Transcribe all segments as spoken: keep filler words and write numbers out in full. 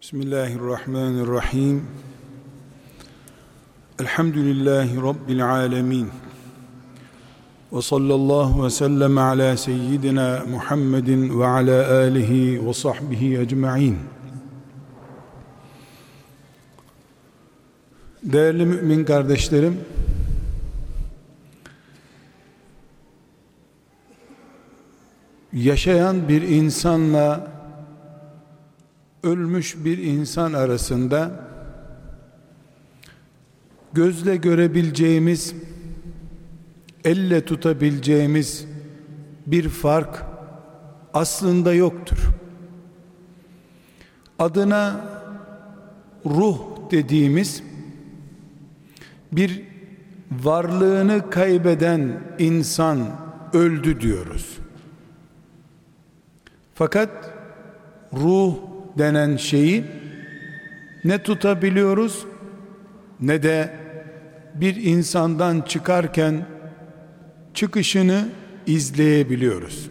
Bismillahirrahmanirrahim. Elhamdülillahi Rabbil alemin. Ve sallallahu ve sellem ala seyyidina Muhammedin ve ala alihi ve sahbihi ecma'in. Değerli mümin kardeşlerim, yaşayan bir insanla ölmüş bir insan arasında gözle görebileceğimiz, elle tutabileceğimiz bir fark aslında yoktur. Adına ruh dediğimiz bir varlığını kaybeden insan öldü diyoruz. Fakat ruh denen şeyi ne tutabiliyoruz ne de bir insandan çıkarken çıkışını izleyebiliyoruz.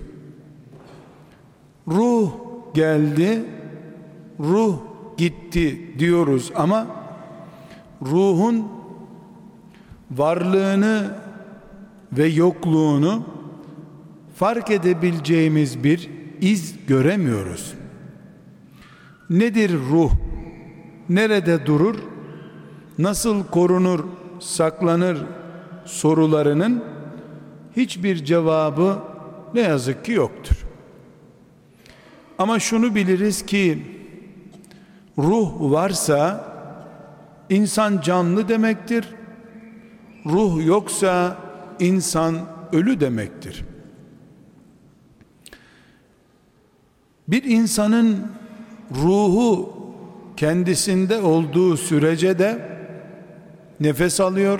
Ruh geldi, ruh gitti diyoruz ama ruhun varlığını ve yokluğunu fark edebileceğimiz bir iz göremiyoruz. Nedir ruh? Nerede durur? Nasıl korunur, saklanır sorularının hiçbir cevabı ne yazık ki yoktur. Ama şunu biliriz ki ruh varsa insan canlı demektir. Ruh yoksa insan ölü demektir. Bir insanın ruhu kendisinde olduğu sürece de nefes alıyor,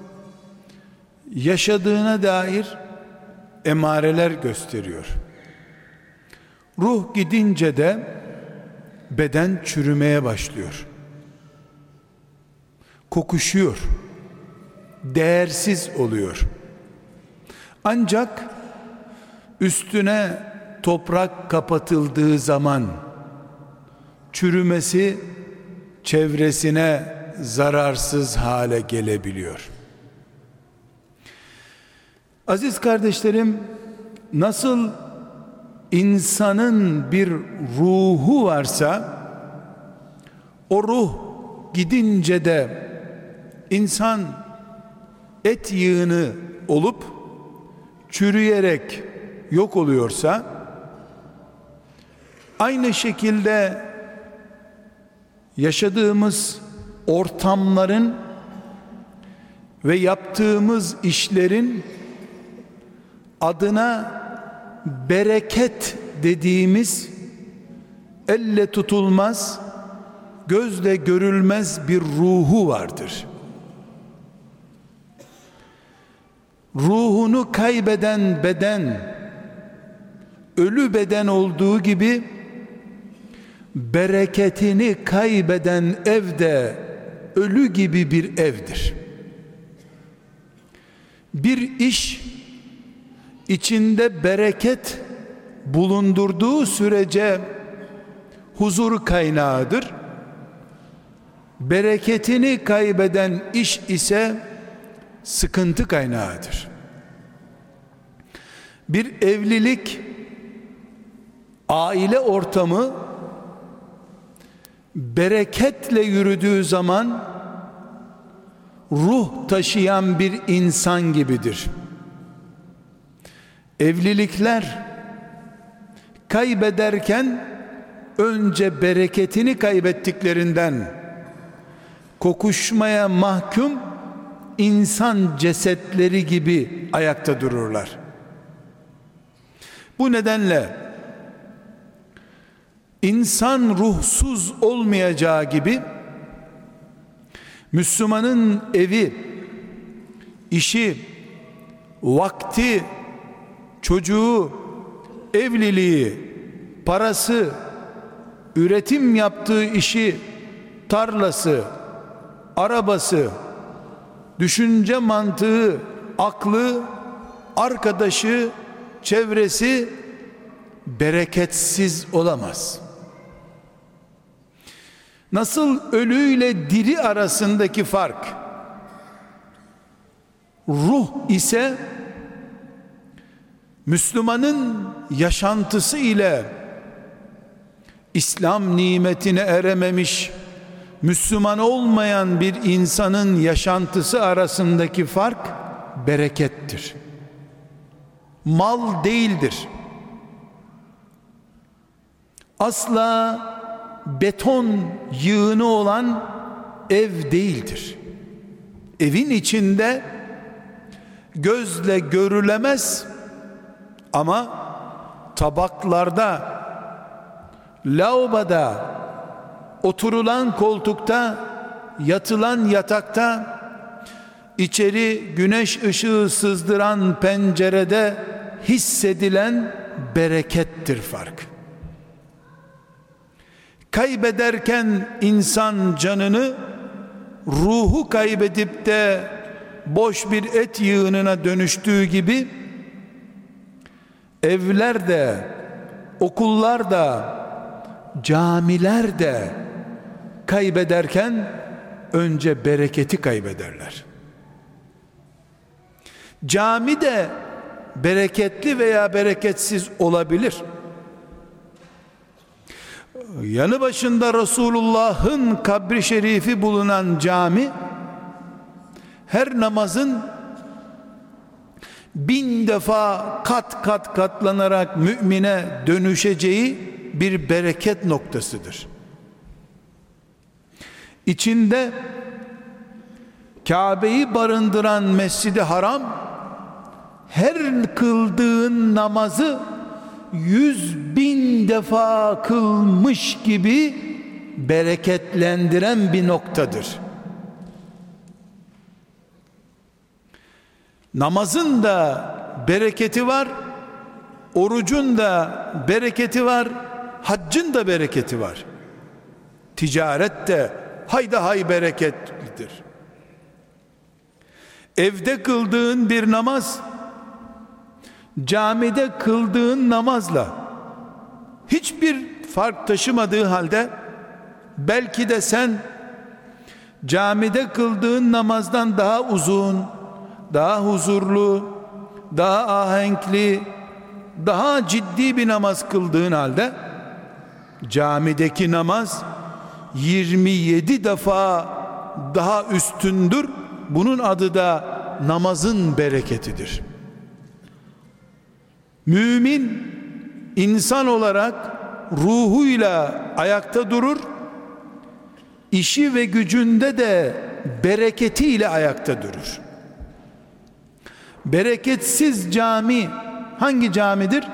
yaşadığına dair emareler gösteriyor. Ruh gidince de beden çürümeye başlıyor, kokuşuyor, değersiz oluyor. Ancak üstüne toprak kapatıldığı zaman çürümesi çevresine zararsız hale gelebiliyor. Aziz kardeşlerim, nasıl insanın bir ruhu varsa o ruh gidince de insan et yığını olup çürüyerek yok oluyorsa, aynı şekilde yaşadığımız ortamların ve yaptığımız işlerin adına bereket dediğimiz elle tutulmaz, gözle görülmez bir ruhu vardır. Ruhunu kaybeden beden ölü beden olduğu gibi bereketini kaybeden ev de ölü gibi bir evdir. Bir iş içinde bereket bulundurduğu sürece huzur kaynağıdır. Bereketini kaybeden iş ise sıkıntı kaynağıdır. Bir evlilik, aile ortamı bereketle yürüdüğü zaman ruh taşıyan bir insan gibidir. Evlilikler kaybederken önce bereketini kaybettiklerinden kokuşmaya mahkum insan cesetleri gibi ayakta dururlar. Bu nedenle İnsan ruhsuz olmayacağı gibi Müslümanın evi, işi, vakti, çocuğu, evliliği, parası, üretim yaptığı işi, tarlası, arabası, düşünce mantığı, aklı, arkadaşı, çevresi bereketsiz olamaz. Nasıl ölüyle diri arasındaki fark, ruh ise Müslümanın yaşantısı ile İslam nimetine erememiş Müslüman olmayan bir insanın yaşantısı arasındaki fark berekettir. Mal değildir. Asla beton yığını olan ev değildir. Evin içinde gözle görülemez ama tabaklarda, lavaboda, oturulan koltukta, yatılan yatakta, içeri güneş ışığı sızdıran pencerede hissedilen berekettir fark. Kaybederken insan canını, ruhu kaybedip de boş bir et yığınına dönüştüğü gibi, evlerde, okullarda, camilerde kaybederken önce bereketi kaybederler. Cami de bereketli veya bereketsiz olabilir. Yanı başında Resulullah'ın kabri şerifi bulunan cami, her namazın bin defa kat kat katlanarak mümine dönüşeceği bir bereket noktasıdır. İçinde Kabe'yi barındıran Mescid-i Haram, her kıldığın namazı yüz bin defa kılmış gibi bereketlendiren bir noktadır. Namazın da bereketi var, orucun da bereketi var, haccın da bereketi var. Ticaret de hayda hay bereketlidir. Evde kıldığın bir namaz, camide kıldığın namazla hiçbir fark taşımadığı halde, belki de sen camide kıldığın namazdan daha uzun, daha huzurlu, daha ahenkli, daha ciddi bir namaz kıldığın halde, camideki namaz yirmi yedi defa daha üstündür. Bunun adı da namazın bereketidir. Mümin insan olarak ruhuyla ayakta durur, işi ve gücünde de bereketiyle ayakta durur. Bereketsiz cami hangi camidir?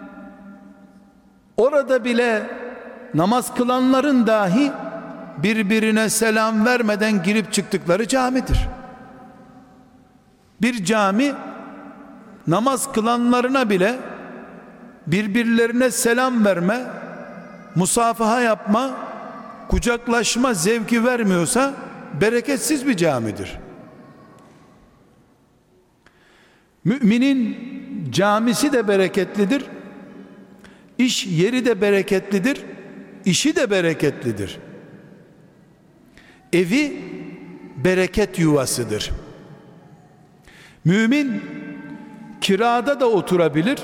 Orada bile namaz kılanların dahi birbirine selam vermeden girip çıktıkları camidir. Bir cami namaz kılanlarına bile birbirlerine selam verme, musafaha yapma, kucaklaşma zevki vermiyorsa bereketsiz bir camidir. Müminin camisi de bereketlidir, iş yeri de bereketlidir, işi de bereketlidir. Evi bereket yuvasıdır. Mümin kirada da oturabilir,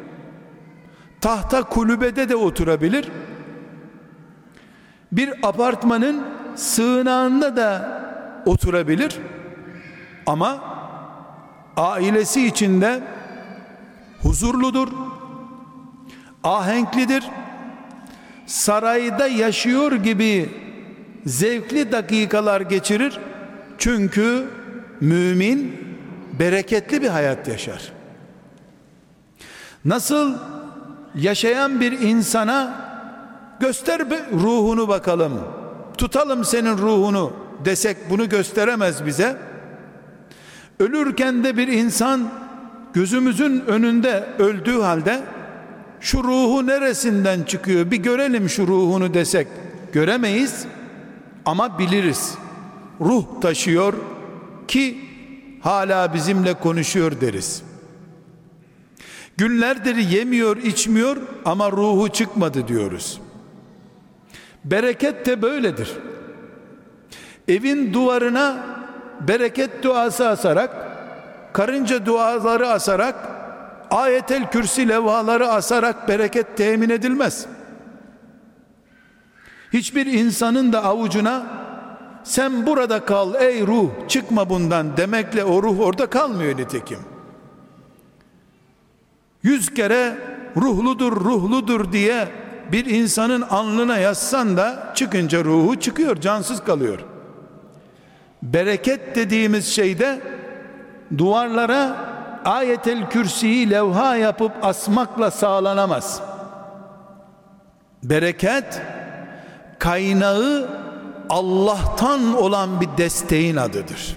tahta kulübede de oturabilir, bir apartmanın sığınağında da oturabilir, ama ailesi içinde huzurludur, ahenklidir, sarayda yaşıyor gibi zevkli dakikalar geçirir. Çünkü mümin bereketli bir hayat yaşar. Nasıl yaşayan bir insana göster ruhunu bakalım, tutalım senin ruhunu desek bunu gösteremez bize. Ölürken de bir insan gözümüzün önünde öldüğü halde şu ruhu neresinden çıkıyor bir görelim şu ruhunu desek göremeyiz, ama biliriz. Ruh taşıyor ki hala bizimle konuşuyor deriz. Günlerdir yemiyor içmiyor ama ruhu çıkmadı diyoruz. Bereket de böyledir. Evin duvarına bereket duası asarak, karınca duaları asarak, ayetel kürsi levhaları asarak bereket temin edilmez. Hiçbir insanın da avucuna sen burada kal ey ruh, çıkma bundan demekle o ruh orada kalmıyor nitekim. Yüz kere ruhludur ruhludur diye bir insanın alnına yazsan da çıkınca ruhu çıkıyor, cansız kalıyor. Bereket dediğimiz şeyde duvarlara ayetel kürsiyi levha yapıp asmakla sağlanamaz. Bereket kaynağı Allah'tan olan bir desteğin adıdır.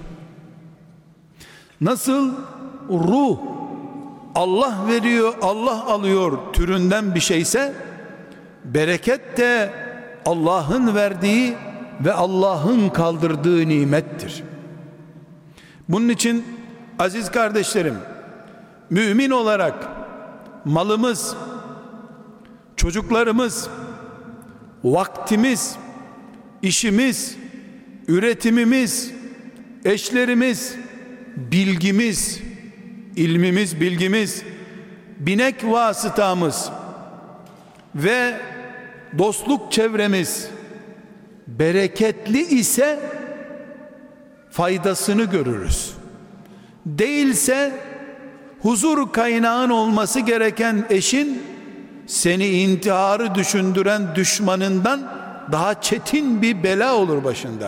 Nasıl ruh Allah veriyor, Allah alıyor türünden bir şeyse, bereket de Allah'ın verdiği ve Allah'ın kaldırdığı nimettir. Bunun için aziz kardeşlerim, mümin olarak malımız, çocuklarımız, vaktimiz, işimiz, üretimimiz, eşlerimiz, bilgimiz, ilmimiz, bilgimiz, binek vasıtamız ve dostluk çevremiz bereketli ise faydasını görürüz. Değilse huzur kaynağın olması gereken eşin seni intiharı düşündüren düşmanından daha çetin bir bela olur başında.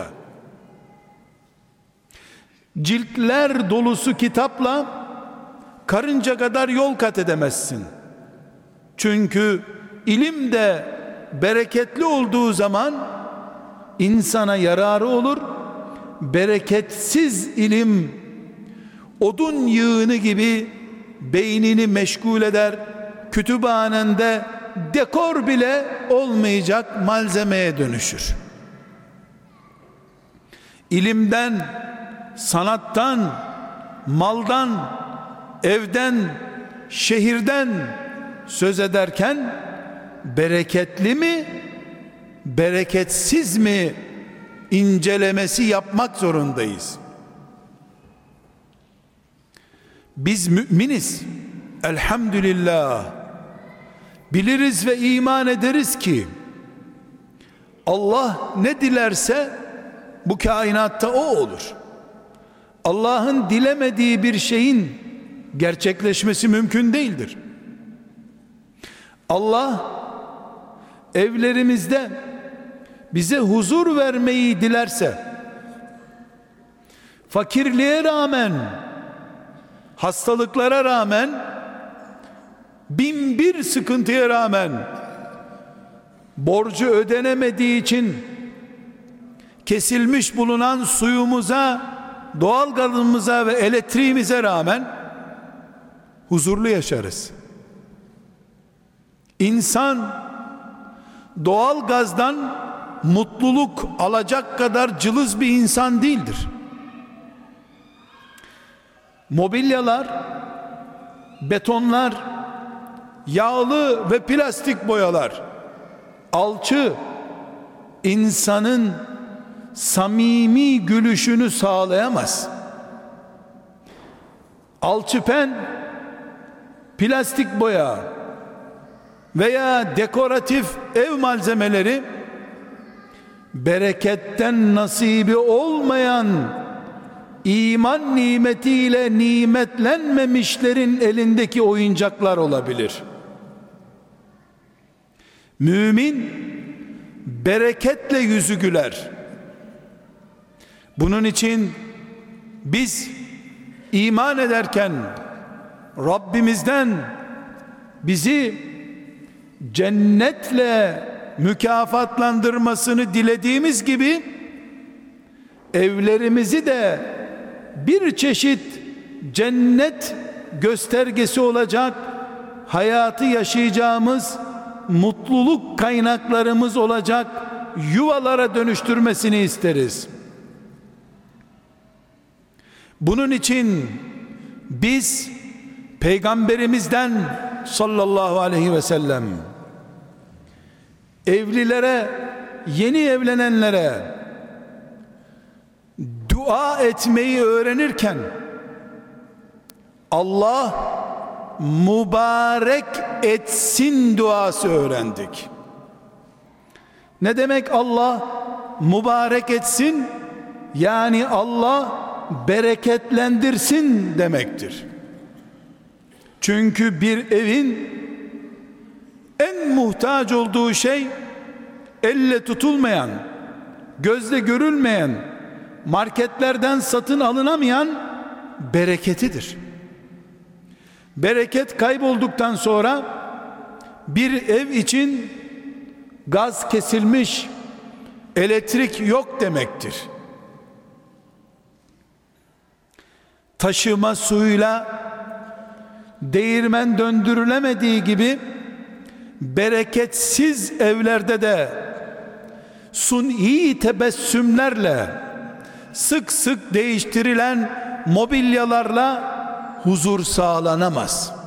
Ciltler dolusu kitapla karınca kadar yol kat edemezsin. Çünkü ilim de bereketli olduğu zaman insana yararı olur. Bereketsiz ilim odun yığını gibi beynini meşgul eder. Kütüphanende dekor bile olmayacak malzemeye dönüşür. İlimden, sanattan, maldan, evden, şehirden söz ederken bereketli mi, bereketsiz mi incelemesi yapmak zorundayız. Biz müminiz. Elhamdülillah. Biliriz ve iman ederiz ki Allah ne dilerse bu kainatta o olur. Allah'ın dilemediği bir şeyin gerçekleşmesi mümkün değildir. Allah evlerimizde bize huzur vermeyi dilerse, fakirliğe rağmen, hastalıklara rağmen, bin bir sıkıntıya rağmen, borcu ödenemediği için kesilmiş bulunan suyumuza, doğalgazımıza ve elektriğimize rağmen huzurlu yaşarız. İnsan doğalgazdan mutluluk alacak kadar cılız bir insan değildir. Mobilyalar, betonlar, yağlı ve plastik boyalar, alçı insanın samimi gülüşünü sağlayamaz. Alçıpen, plastik boya veya dekoratif ev malzemeleri bereketten nasibi olmayan, iman nimetiyle nimetlenmemişlerin elindeki oyuncaklar olabilir. Mümin bereketle yüzü güler. Bunun için biz iman ederken Rabbimizden bizi cennetle mükafatlandırmasını dilediğimiz gibi evlerimizi de bir çeşit cennet göstergesi olacak, hayatı yaşayacağımız mutluluk kaynaklarımız olacak yuvalara dönüştürmesini isteriz. Bunun için biz Peygamberimizden sallallahu aleyhi ve sellem evlilere yeni evlenenlere dua etmeyi öğrenirken Allah mübarek etsin duası öğrendik. Ne demek Allah mübarek etsin? Yani Allah bereketlendirsin demektir. Çünkü bir evin en muhtaç olduğu şey elle tutulmayan, gözle görülmeyen, marketlerden satın alınamayan bereketidir. Bereket kaybolduktan sonra bir ev için gaz kesilmiş, elektrik yok demektir. Taşıma suyuyla değirmen döndürülemediği gibi bereketsiz evlerde de suni tebessümlerle, sık sık değiştirilen mobilyalarla huzur sağlanamaz.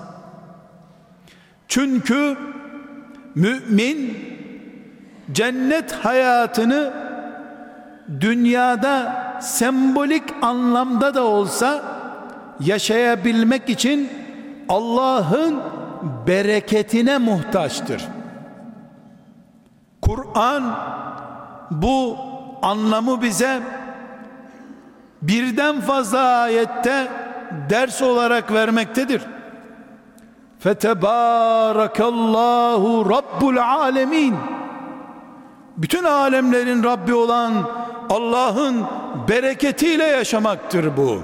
Çünkü mümin cennet hayatını dünyada sembolik anlamda da olsa yaşayabilmek için Allah'ın bereketine muhtaçtır. Kur'an bu anlamı bize birden fazla ayette ders olarak vermektedir. Fetebârekallahu Rabbul âlemin. Bütün alemlerin Rabbi olan Allah'ın bereketiyle yaşamaktır bu.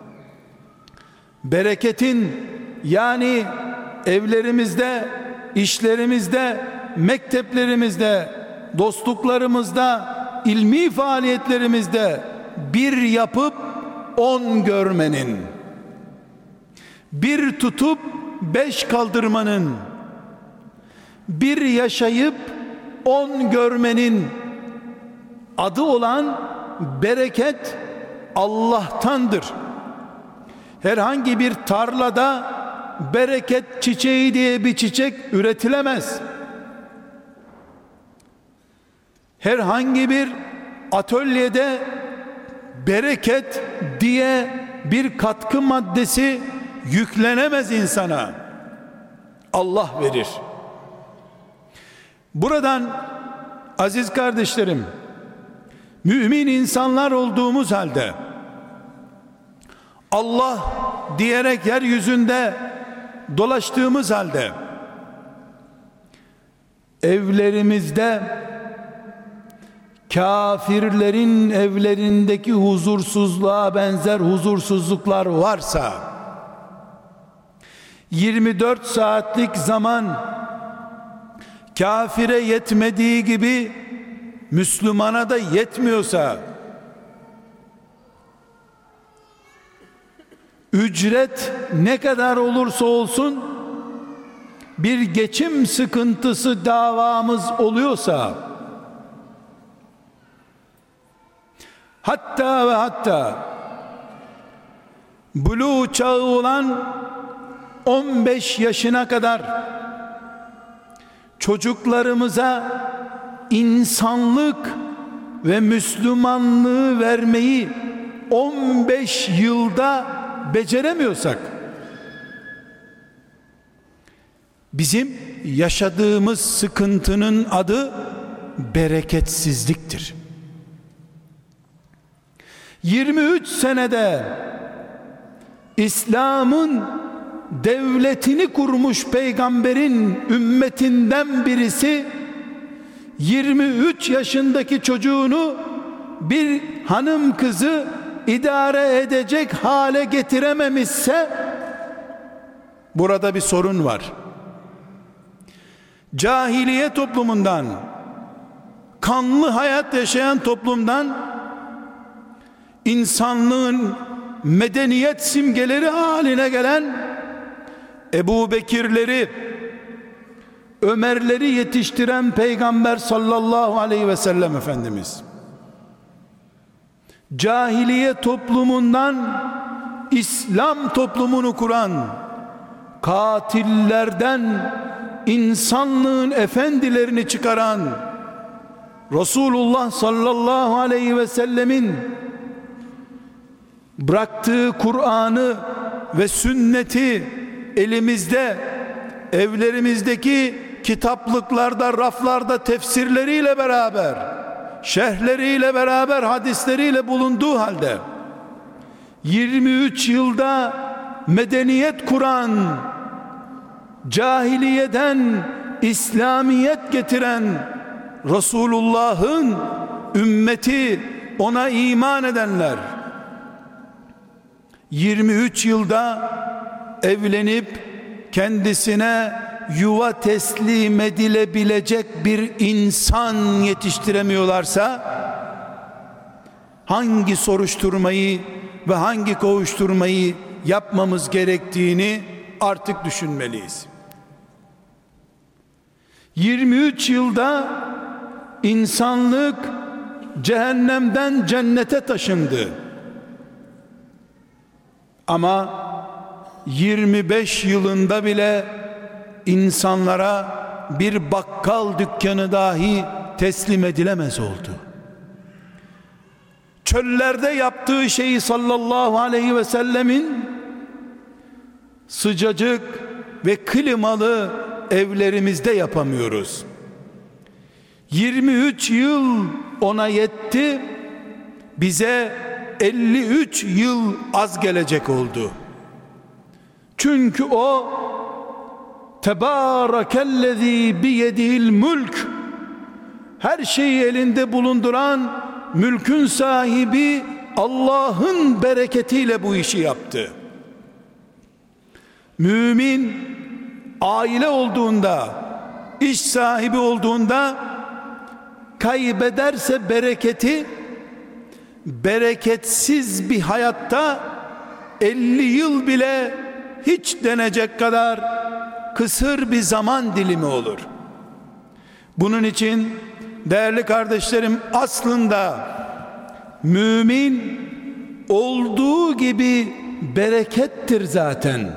Bereketin, yani evlerimizde, işlerimizde, mekteplerimizde, dostluklarımızda, ilmi faaliyetlerimizde bir yapıp on görmenin, bir tutup beş kaldırmanın, bir yaşayıp on görmenin adı olan bereket Allah'tandır. Herhangi bir tarlada bereket çiçeği diye bir çiçek üretilemez. Herhangi bir atölyede bereket diye bir katkı maddesi yüklenemez insana. Allah verir. Buradan aziz kardeşlerim, mümin insanlar olduğumuz halde Allah diyerek yeryüzünde dolaştığımız halde evlerimizde kafirlerin evlerindeki huzursuzluğa benzer huzursuzluklar varsa, yirmi dört saatlik zaman kafire yetmediği gibi Müslümana da yetmiyorsa, ücret ne kadar olursa olsun bir geçim sıkıntısı davamız oluyorsa, hatta ve hatta buluğ çağı olan on beş yaşına kadar çocuklarımıza insanlık ve Müslümanlığı vermeyi on beş yılda beceremiyorsak, bizim yaşadığımız sıkıntının adı bereketsizliktir. yirmi üç senede İslam'ın devletini kurmuş peygamberin ümmetinden birisi yirmi üç yaşındaki çocuğunu bir hanım kızı idare edecek hale getirememişse burada bir sorun var. Cahiliye toplumundan, kanlı hayat yaşayan toplumdan insanlığın medeniyet simgeleri haline gelen Ebu Bekirleri, Ömerleri yetiştiren Peygamber sallallahu aleyhi ve sellem Efendimiz, cahiliye toplumundan İslam toplumunu kuran, katillerden insanlığın efendilerini çıkaran Resulullah sallallahu aleyhi ve sellemin bıraktığı Kur'an'ı ve sünneti elimizde, evlerimizdeki kitaplıklarda, raflarda tefsirleriyle beraber, şerhleriyle beraber, hadisleriyle bulunduğu halde yirmi üç yılda medeniyet kuran, cahiliyeden İslamiyet getiren Resulullah'ın ümmeti, ona iman edenler yirmi üç yılda evlenip kendisine yuva teslim edilebilecek bir insan yetiştiremiyorlarsa hangi soruşturmayı ve hangi kovuşturmayı yapmamız gerektiğini artık düşünmeliyiz. yirmi üç yılda insanlık cehennemden cennete taşındı. Ama yirmi beş yılında bile insanlara bir bakkal dükkanı dahi teslim edilemez oldu. Çöllerde yaptığı şeyi sallallahu aleyhi ve sellemin sıcacık ve klimalı evlerimizde yapamıyoruz. yirmi üç yıl ona yetti, bize elli üç yıl az gelecek oldu. Çünkü o Tebârekellezî biyedihil mülk, her şeyi elinde bulunduran mülkün sahibi Allah'ın bereketiyle bu işi yaptı. Mümin aile olduğunda, iş sahibi olduğunda kaybederse bereketi, bereketsiz bir hayatta elli yıl bile hiç denecek kadar kısır bir zaman dilimi olur. Bunun için değerli kardeşlerim, aslında mümin olduğu gibi berekettir zaten.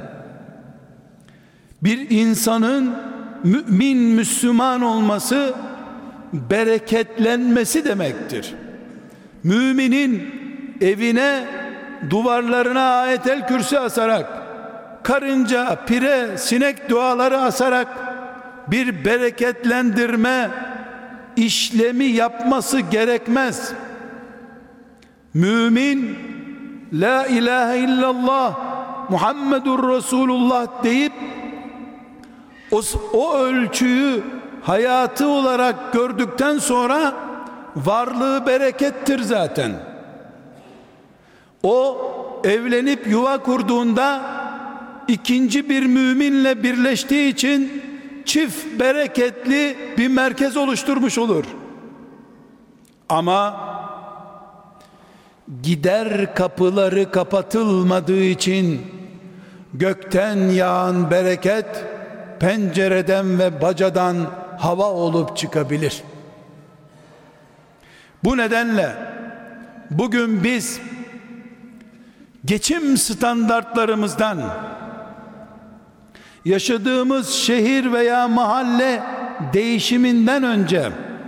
Bir insanın mümin, Müslüman olması bereketlenmesi demektir. Müminin evine, duvarlarına ayetel kürsü asarak, karınca, pire, sinek duaları asarak bir bereketlendirme işlemi yapması gerekmez. Mümin la ilahe illallah Muhammedur Resulullah deyip o, o ölçüyü hayatı olarak gördükten sonra varlığı berekettir zaten. O evlenip yuva kurduğunda ikinci bir müminle birleştiği için çift bereketli bir merkez oluşturmuş olur. Ama gider kapıları kapatılmadığı için gökten yağan bereket pencereden ve bacadan hava olup çıkabilir. Bu nedenle bugün biz geçim standartlarımızdan, yaşadığımız şehir veya mahalle değişiminden önce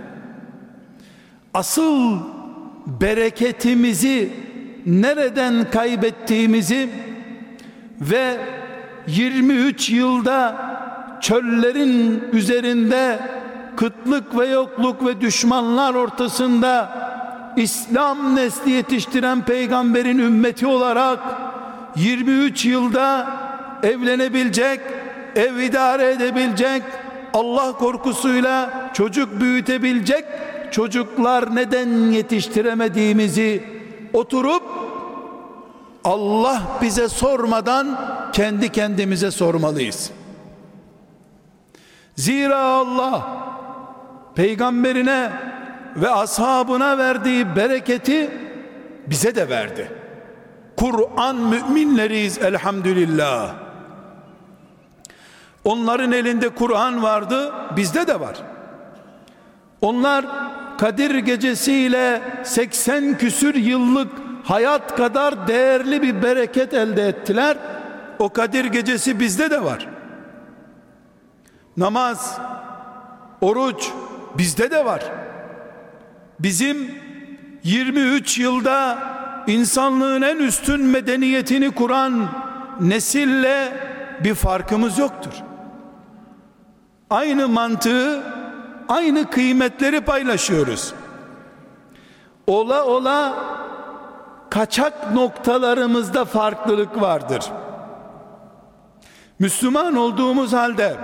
asıl bereketimizi nereden kaybettiğimizi ve yirmi üç yılda çöllerin üzerinde kıtlık ve yokluk ve düşmanlar ortasında İslam nesli yetiştiren peygamberin ümmeti olarak yirmi üç yılda evlenebilecek, ev idare edebilecek, Allah korkusuyla çocuk büyütebilecek çocuklar neden yetiştiremediğimizi oturup Allah bize sormadan kendi kendimize sormalıyız. Zira Allah peygamberine ve ashabına verdiği bereketi bize de verdi. Kur'an müminleriyiz elhamdülillah. Onların elinde Kur'an vardı, bizde de var. Onlar Kadir gecesiyle seksen küsür yıllık hayat kadar değerli bir bereket elde ettiler. O Kadir gecesi bizde de var. Namaz, oruç bizde de var. Bizim yirmi üç yılda insanlığın en üstün medeniyetini kuran nesille bir farkımız yoktur. Aynı mantığı, aynı kıymetleri paylaşıyoruz. Ola ola kaçak noktalarımızda farklılık vardır. Müslüman olduğumuz halde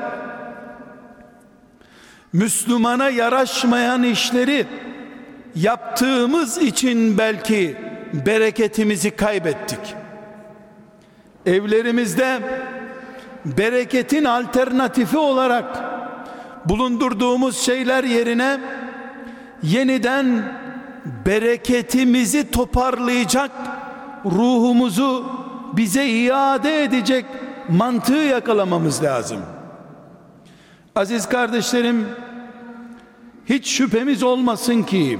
Müslümana yaraşmayan işleri yaptığımız için belki bereketimizi kaybettik. Evlerimizde bereketin alternatifi olarak bulundurduğumuz şeyler yerine yeniden bereketimizi toparlayacak, ruhumuzu bize iade edecek mantığı yakalamamız lazım. Aziz kardeşlerim, hiç şüphemiz olmasın ki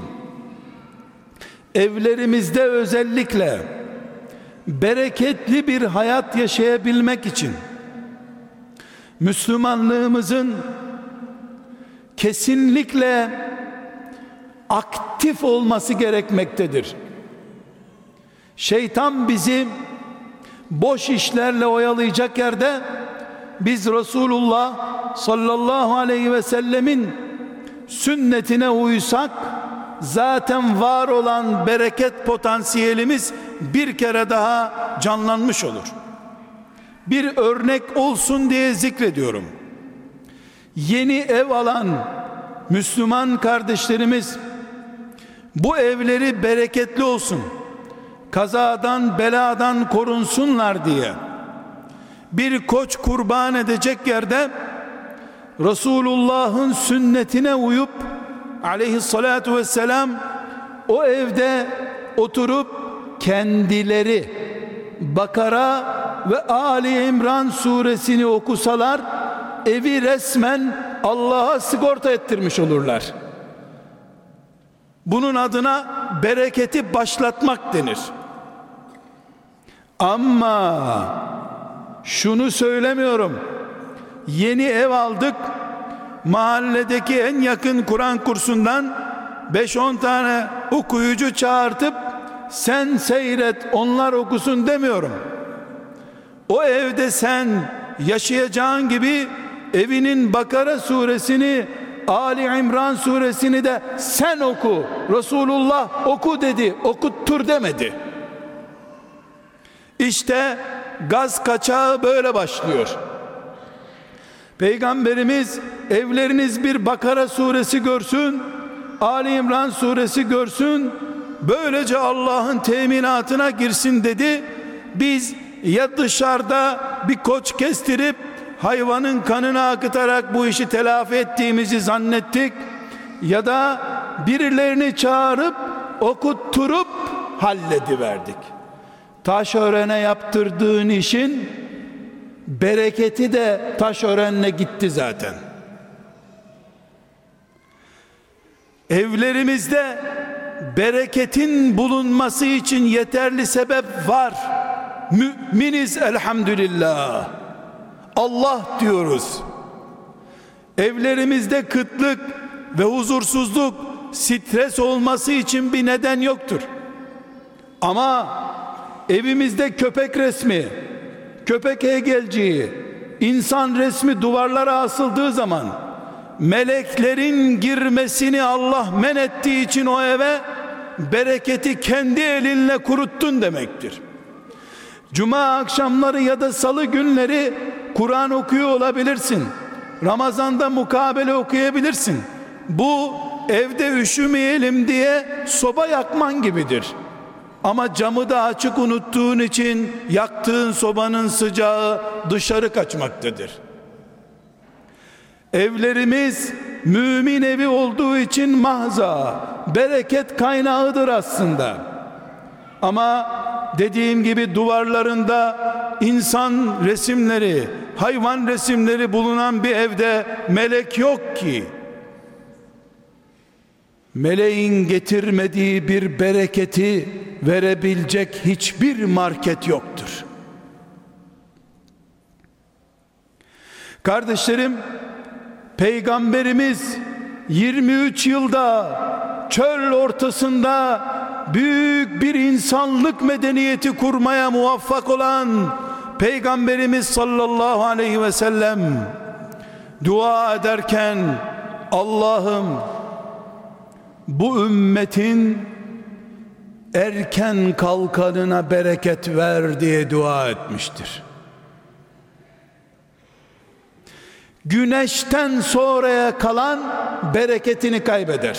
evlerimizde özellikle bereketli bir hayat yaşayabilmek için Müslümanlığımızın kesinlikle aktif olması gerekmektedir. Şeytan bizi boş işlerle oyalayacak yerde biz Resulullah sallallahu aleyhi ve sellemin sünnetine uysak zaten var olan bereket potansiyelimiz bir kere daha canlanmış olur. Bir örnek olsun diye zikrediyorum. Yeni ev alan Müslüman kardeşlerimiz bu evleri bereketli olsun, kazadan beladan korunsunlar diye bir koç kurban edecek yerde Resulullah'ın sünnetine uyup aleyhissalatu vesselam o evde oturup kendileri Bakara ve Ali İmran suresini okusalar evi resmen Allah'a sigorta ettirmiş olurlar. Bunun adına bereketi başlatmak denir. Ama şunu söylemiyorum. Yeni ev aldık, mahalledeki en yakın Kur'an kursundan beş on tane okuyucu çağırtıp sen seyret onlar okusun demiyorum. O evde sen yaşayacağın gibi evinin Bakara suresini, Ali İmran suresini de sen oku. Resulullah oku dedi, okuttur demedi. İşte gaz kaçağı böyle başlıyor. Peygamberimiz evleriniz bir Bakara suresi görsün, Ali İmran suresi görsün, böylece Allah'ın teminatına girsin dedi. Biz ya dışarıda bir koç kestirip hayvanın kanını akıtarak bu işi telafi ettiğimizi zannettik, ya da birilerini çağırıp okutturup hallediverdik. Taşörene yaptırdığın işin bereketi de taşörenle gitti zaten. Evlerimizde bereketin bulunması için yeterli sebep var. Müminiz elhamdülillah. Allah diyoruz. Evlerimizde kıtlık ve huzursuzluk, stres olması için bir neden yoktur. Ama evimizde köpek resmi, köpek heykelciği, insan resmi duvarlara asıldığı zaman meleklerin girmesini Allah men ettiği için o eve bereketi kendi elinle kuruttun demektir. Cuma akşamları ya da salı günleri Kur'an okuyor olabilirsin. Ramazanda mukabele okuyabilirsin. Bu evde üşümeyelim diye soba yakman gibidir. Ama camı da açık unuttuğun için yaktığın sobanın sıcağı dışarı kaçmaktadır. Evlerimiz mümin evi olduğu için mahza, bereket kaynağıdır aslında. Ama dediğim gibi duvarlarında insan resimleri, hayvan resimleri bulunan bir evde melek yok ki. Meleğin getirmediği bir bereketi verebilecek hiçbir market yoktur. Kardeşlerim, Peygamberimiz yirmi üç yılda çöl ortasında büyük bir insanlık medeniyeti kurmaya muvaffak olan Peygamberimiz sallallahu aleyhi ve sellem dua ederken Allah'ım bu ümmetin erken kalkanına bereket ver diye dua etmiştir. Güneşten sonraya kalan bereketini kaybeder.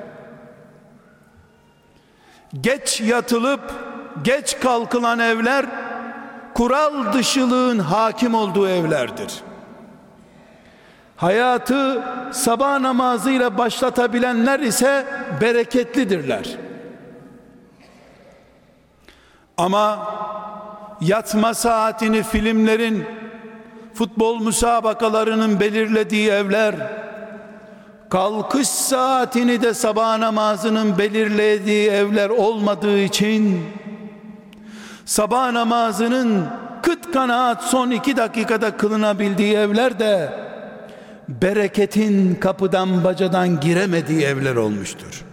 Geç yatılıp geç kalkılan evler kural dışılığın hakim olduğu evlerdir. Hayatı sabah namazıyla başlatabilenler ise bereketlidirler. Ama yatma saatini filmlerin, futbol müsabakalarının belirlediği evler, kalkış saatini de sabah namazının belirlediği evler olmadığı için sabah namazının kıt kanaat son iki dakikada kılınabildiği evler de bereketin kapıdan bacadan giremediği evler olmuştur.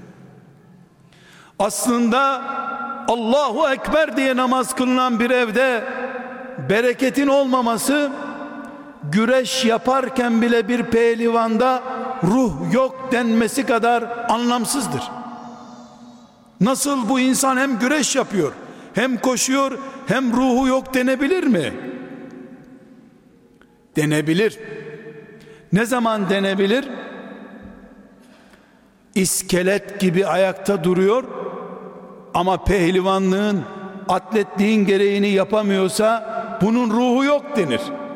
Aslında Allahu Ekber diye namaz kılınan bir evde bereketin olmaması, güreş yaparken bile bir pehlivanda ruh yok denmesi kadar anlamsızdır. Nasıl bu insan hem güreş yapıyor, hem koşuyor, hem ruhu yok denebilir mi? Denebilir. Ne zaman denebilir? İskelet gibi ayakta duruyor ama pehlivanlığın, atletliğin gereğini yapamıyorsa bunun ruhu yok denir.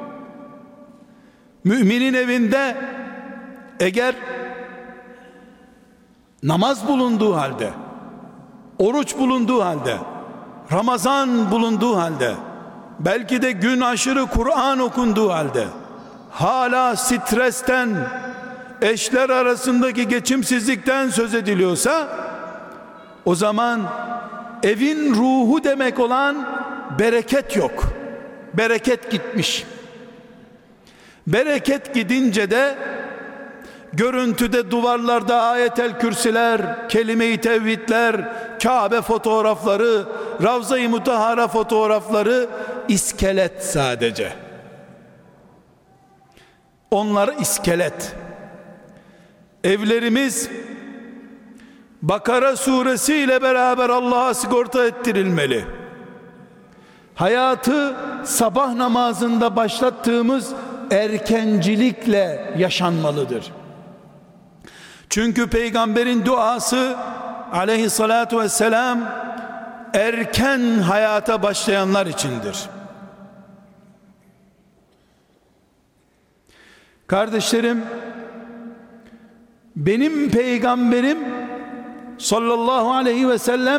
Müminin evinde eğer namaz bulunduğu halde, oruç bulunduğu halde, Ramazan bulunduğu halde, belki de gün aşırı Kur'an okunduğu halde hala stresten, eşler arasındaki geçimsizlikten söz ediliyorsa, o zaman evin ruhu demek olan bereket yok. Bereket gitmiş. Bereket gidince de görüntüde duvarlarda ayetel kürsiler, kelime-i tevhidler, Kabe fotoğrafları, Ravza-i Mutahhara fotoğrafları iskelet sadece. Onlar iskelet. Evlerimiz Bakara suresi ile beraber Allah'a sigorta ettirilmeli. Hayatı sabah namazında başlattığımız erkencilikle yaşanmalıdır. Çünkü Peygamberin duası aleyhissalatu vesselam erken hayata başlayanlar içindir. Kardeşlerim, benim peygamberim sallallahu aleyhi ve sellem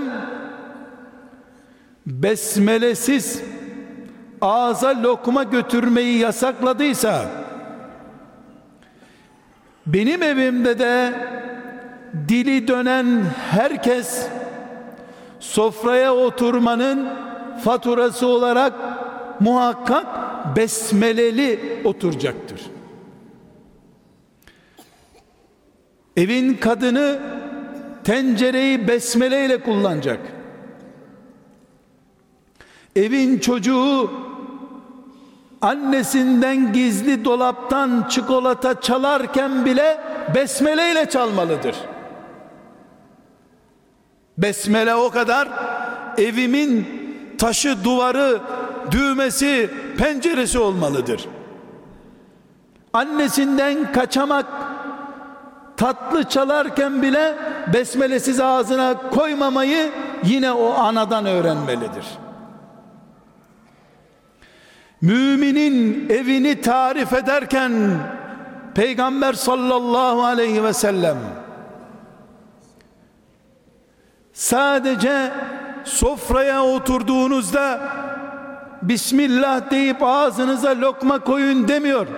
besmelesiz ağza lokma götürmeyi yasakladıysa, benim evimde de dili dönen herkes sofraya oturmanın faturası olarak muhakkak besmeleli oturacaktır. Evin kadını tencereyi besmeleyle kullanacak. Evin çocuğu annesinden gizli dolaptan çikolata çalarken bile besmeleyle çalmalıdır. Besmele o kadar evimin taşı, duvarı, düğmesi, penceresi olmalıdır. Annesinden kaçamak tatlı çalarken bile besmelesiz ağzına koymamayı yine o anadan öğrenmelidir. Müminin evini tarif ederken Peygamber sallallahu aleyhi ve sellem sadece sofraya oturduğunuzda Bismillah deyip ağzınıza lokma koyun demiyor.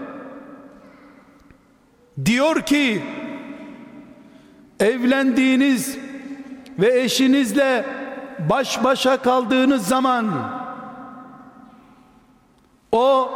Diyor ki, evlendiğiniz ve eşinizle baş başa kaldığınız zaman o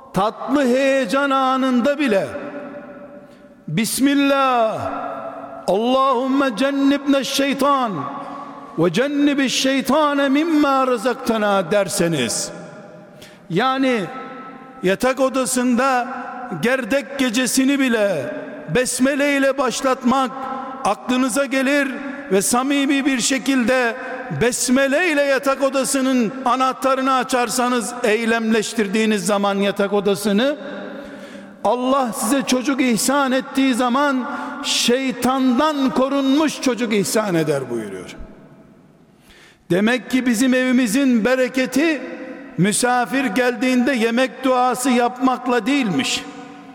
tatlı heyecan anında bile Bismillah, Allahümme cennibne şeytan ve cennibiş şeytane mimma rızaktana derseniz, yani yatak odasında gerdek gecesini bile besmele ile başlatmak aklınıza gelir ve samimi bir şekilde besmele ile yatak odasının anahtarını açarsanız, eylemleştirdiğiniz zaman yatak odasını, Allah size çocuk ihsan ettiği zaman şeytandan korunmuş çocuk ihsan eder buyuruyor. Demek ki bizim evimizin bereketi misafir geldiğinde yemek duası yapmakla değilmiş.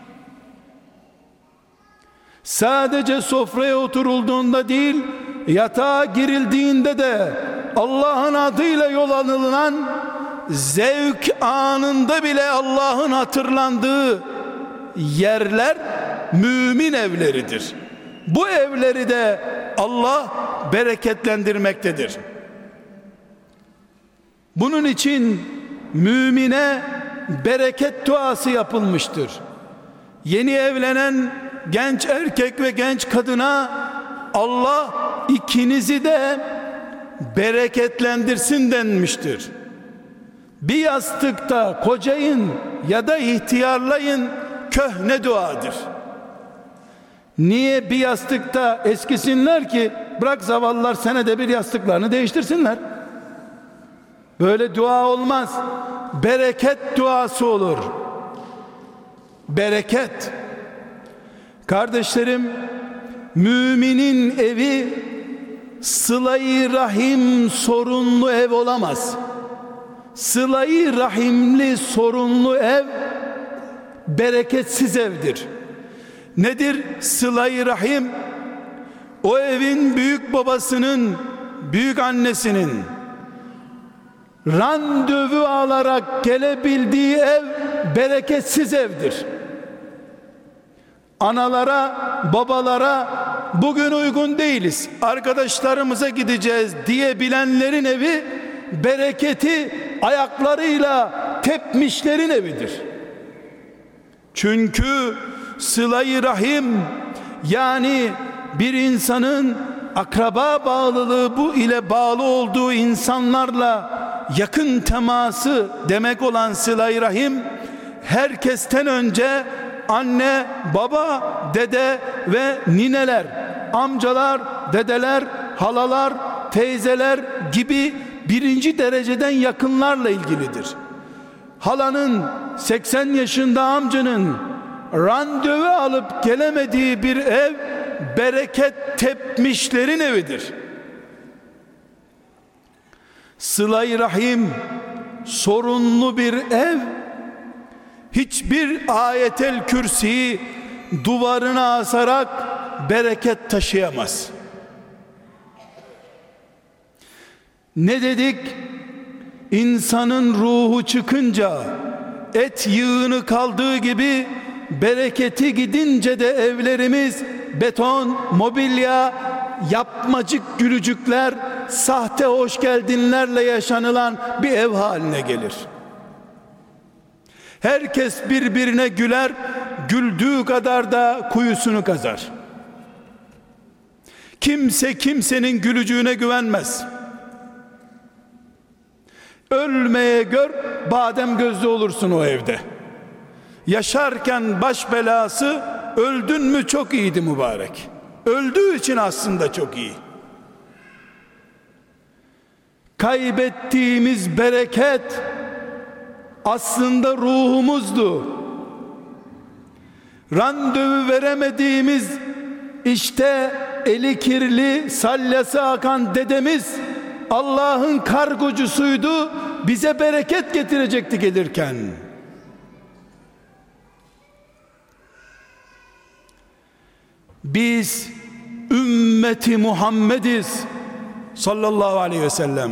Sadece sofraya oturulduğunda değil, yatağa girildiğinde de Allah'ın adıyla yol alınan, zevk anında bile Allah'ın hatırlandığı yerler mümin evleridir. Bu evleri de Allah bereketlendirmektedir. Bunun için mümine bereket duası yapılmıştır. Yeni evlenen genç erkek ve genç kadına Allah ikinizi de bereketlendirsin denmiştir. Bir yastıkta kocayın ya da ihtiyarlayın köhne duadır. Niye bir yastıkta eskisinler ki? Bırak zavallılar senede bir yastıklarını değiştirsinler. Böyle dua olmaz. Bereket duası olur. Bereket. Kardeşlerim, müminin evi sıla-i rahim sorunlu ev olamaz. Sıla-i rahimli sorunlu ev bereketsiz evdir. Nedir sıla-i rahim? O evin büyük babasının, büyük annesinin randevu alarak gelebildiği ev bereketsiz evdir. Analara, babalara bugün uygun değiliz, arkadaşlarımıza gideceğiz diyebilenlerin evi bereketi ayaklarıyla tepmişlerin evidir. Çünkü sıla-i rahim, yani bir insanın akraba bağlılığı bu ile bağlı olduğu insanlarla yakın teması demek olan sıla-i rahim, herkesten önce anne, baba, dede ve nineler, amcalar, dedeler, halalar, teyzeler gibi birinci dereceden yakınlarla ilgilidir. Halanın, seksen yaşında amcanın randevu alıp gelemediği bir ev bereket tepmişlerin evidir. Sıla-i rahim sorunlu bir ev hiçbir ayetel kürsiyi duvarına asarak bereket taşıyamaz. Ne dedik? İnsanın ruhu çıkınca et yığını kaldığı gibi bereketi gidince de evlerimiz beton, mobilya, yapmacık gülücükler, sahte hoş geldinlerle yaşanılan bir ev haline gelir. Herkes birbirine güler, güldüğü kadar da kuyusunu kazar. Kimse kimsenin gülücüğüne güvenmez. Ölmeye gör, badem gözlü olursun o evde. Yaşarken baş belası, öldün mü çok iyiydi mübarek. Öldüğü için aslında çok iyi. Kaybettiğimiz bereket aslında ruhumuzdu. Randevu veremediğimiz, işte eli kirli, salyası akan dedemiz Allah'ın kargocusuydu, bize bereket getirecekti gelirken. Biz ümmeti Muhammediz sallallahu aleyhi ve sellem.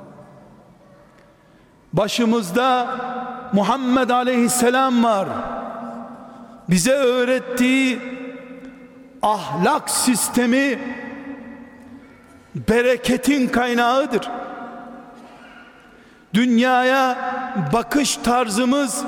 Başımızda Muhammed aleyhisselam var. Bize öğrettiği ahlak sistemi bereketin kaynağıdır. Dünyaya bakış tarzımız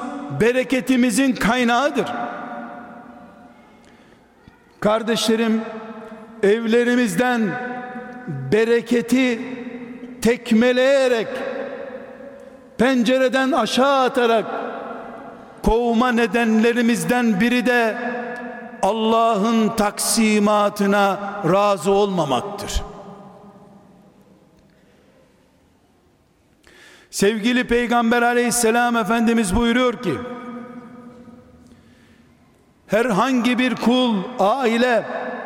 bereketimizin kaynağıdır. Kardeşlerim, evlerimizden bereketi tekmeleyerek, pencereden aşağı atarak kovma nedenlerimizden biri de Allah'ın taksimatına razı olmamaktır. Sevgili Peygamber Aleyhisselam Efendimiz buyuruyor ki, herhangi bir kul, aile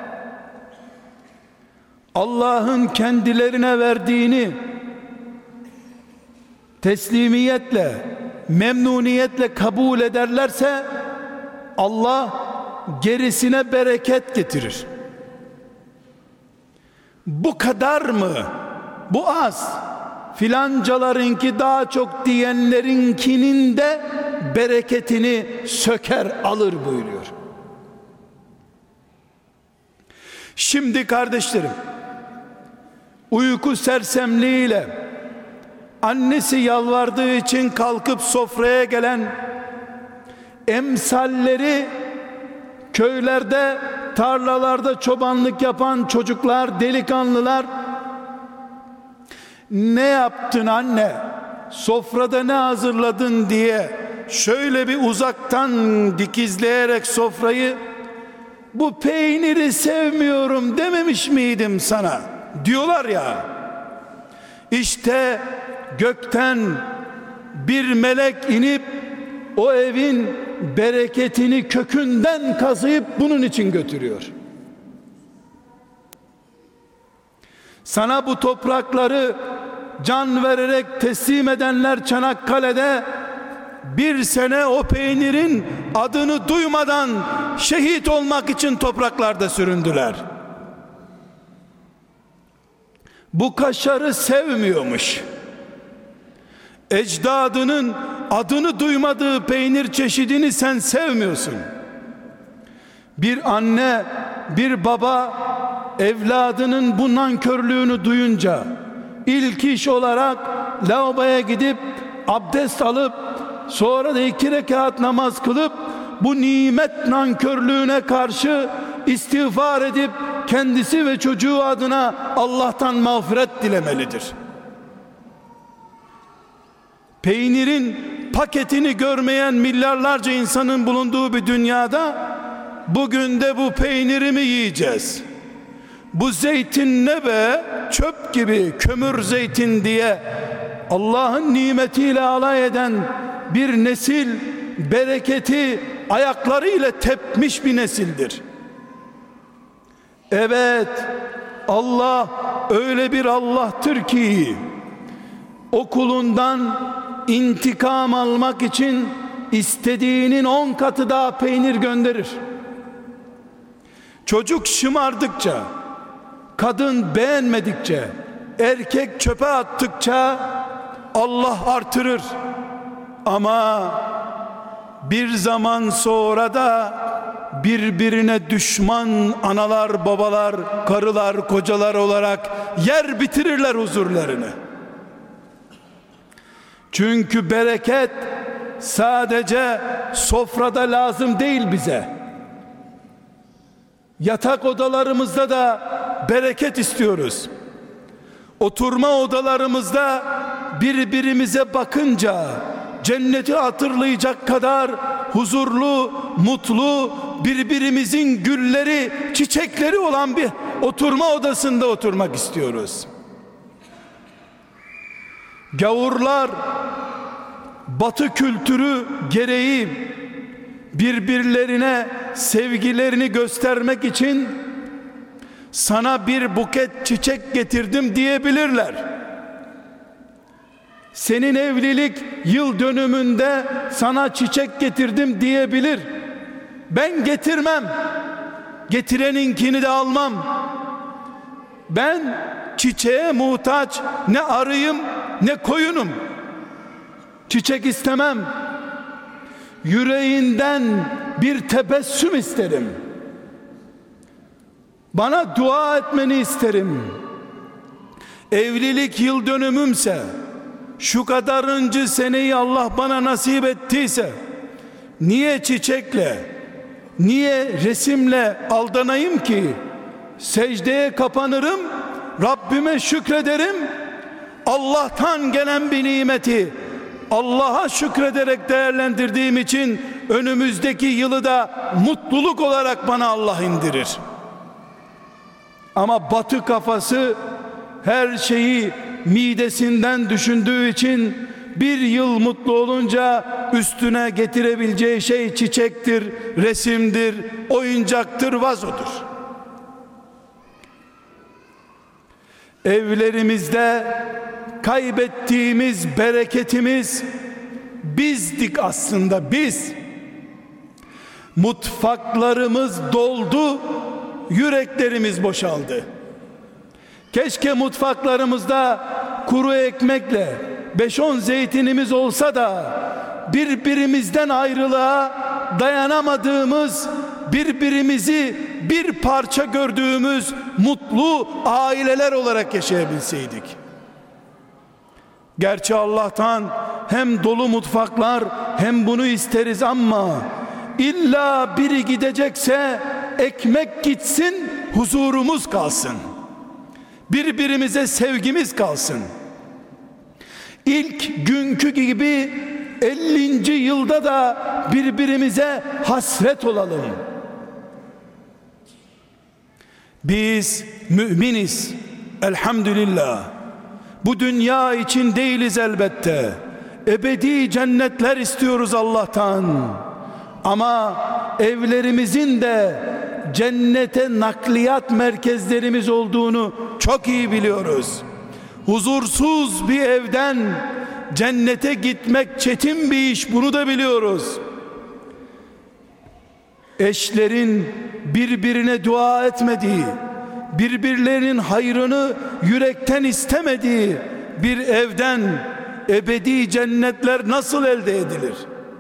Allah'ın kendilerine verdiğini teslimiyetle, memnuniyetle kabul ederlerse Allah gerisine bereket getirir. Bu kadar mı? Bu az. Filancalarınki daha çok diyenlerinkinin de bereketini söker alır buyuruyor. Şimdi kardeşlerim, uyku sersemliğiyle annesi yalvardığı için kalkıp sofraya gelen emsalleri, köylerde, tarlalarda çobanlık yapan çocuklar, delikanlılar, ne yaptın anne, sofrada ne hazırladın diye şöyle bir uzaktan dikizleyerek sofrayı, bu peyniri sevmiyorum dememiş miydim sana diyorlar ya. İşte gökten bir melek inip o evin bereketini kökünden kazıyıp bunun için götürüyor. Sana bu toprakları can vererek teslim edenler Çanakkale'de bir sene o peynirin adını duymadan şehit olmak için topraklarda süründüler. Bu kaşarı sevmiyormuş. Ecdadının adını duymadığı peynir çeşidini sen sevmiyorsun. Bir anne, bir baba evladının bu nankörlüğünü duyunca ilk iş olarak lavaboya gidip abdest alıp sonra da iki rekat namaz kılıp bu nimet nankörlüğüne karşı istiğfar edip kendisi ve çocuğu adına Allah'tan mağfiret dilemelidir. Peynirin paketini görmeyen milyarlarca insanın bulunduğu bir dünyada bugün de bu peyniri mi yiyeceğiz? Bu zeytin ne be, çöp gibi, kömür zeytin diye Allah'ın nimetiyle alay eden bir nesil bereketi ayaklarıyla tepmiş bir nesildir. Evet, Allah öyle bir Allah'tır ki o kulundan intikam almak için istediğinin on katı daha peynir gönderir. Çocuk şımardıkça, kadın beğenmedikçe, erkek çöpe attıkça Allah artırır. Ama bir zaman sonra da birbirine düşman analar, babalar, karılar, kocalar olarak yer bitirirler huzurlarını. Çünkü bereket sadece sofrada lazım değil bize. Yatak odalarımızda da bereket istiyoruz. Oturma odalarımızda birbirimize bakınca cenneti hatırlayacak kadar huzurlu, mutlu, birbirimizin gülleri, çiçekleri olan bir oturma odasında oturmak istiyoruz. Gavurlar Batı kültürü gereği birbirlerine sevgilerini göstermek için sana bir buket çiçek getirdim diyebilirler. Senin evlilik yıl dönümünde sana çiçek getirdim diyebilir. Ben getirmem. Getireninkini de almam. Ben çiçeğe muhtaç ne arıyım ne koyunum. Çiçek istemem. Yüreğinden bir tebessüm isterim. Bana dua etmeni isterim. Evlilik yıl dönümümse, şu kadarıncı seneyi Allah bana nasip ettiyse, niye çiçekle, niye resimle aldanayım ki? secdeye kapanırım, Rabbime şükrederim. Allah'tan gelen bir nimeti Allah'a şükrederek değerlendirdiğim için önümüzdeki yılı da mutluluk olarak bana Allah indirir. Ama batı kafası her şeyi midesinden düşündüğü için bir yıl mutlu olunca üstüne getirebileceği şey çiçektir, resimdir, oyuncaktır, vazodur. Evlerimizde kaybettiğimiz bereketimiz bizdik aslında, biz. Mutfaklarımız doldu, yüreklerimiz boşaldı. Keşke mutfaklarımızda kuru ekmekle beş on zeytinimiz olsa da birbirimizden ayrılığa dayanamadığımız, birbirimizi bir parça gördüğümüz mutlu aileler olarak yaşayabilseydik. Gerçi Allah'tan hem dolu mutfaklar hem bunu isteriz ama illa biri gidecekse ekmek gitsin, huzurumuz kalsın. Birbirimize sevgimiz kalsın. İlk günkü gibi ellinci yılda da birbirimize hasret olalım. Biz müminiz elhamdülillah. Bu dünya için değiliz elbette. Ebedi cennetler istiyoruz Allah'tan. Ama evlerimizin de cennete nakliyat merkezlerimiz olduğunu çok iyi biliyoruz. Huzursuz bir evden cennete gitmek çetin bir iş, bunu da biliyoruz. Eşlerin birbirine dua etmediği, birbirlerinin hayrını yürekten istemediği bir evden ebedi cennetler nasıl elde edilir?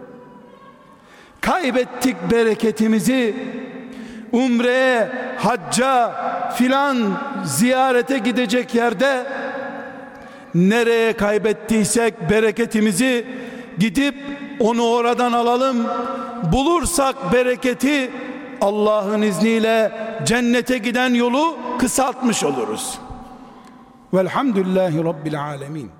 Kaybettik bereketimizi. Umreye, hacca filan ziyarete gidecek yerde nereye kaybettiysek bereketimizi gidip onu oradan alalım. Bulursak bereketi Allah'ın izniyle cennete giden yolu kısaltmış oluruz. Velhamdülillahi Rabbil alemin.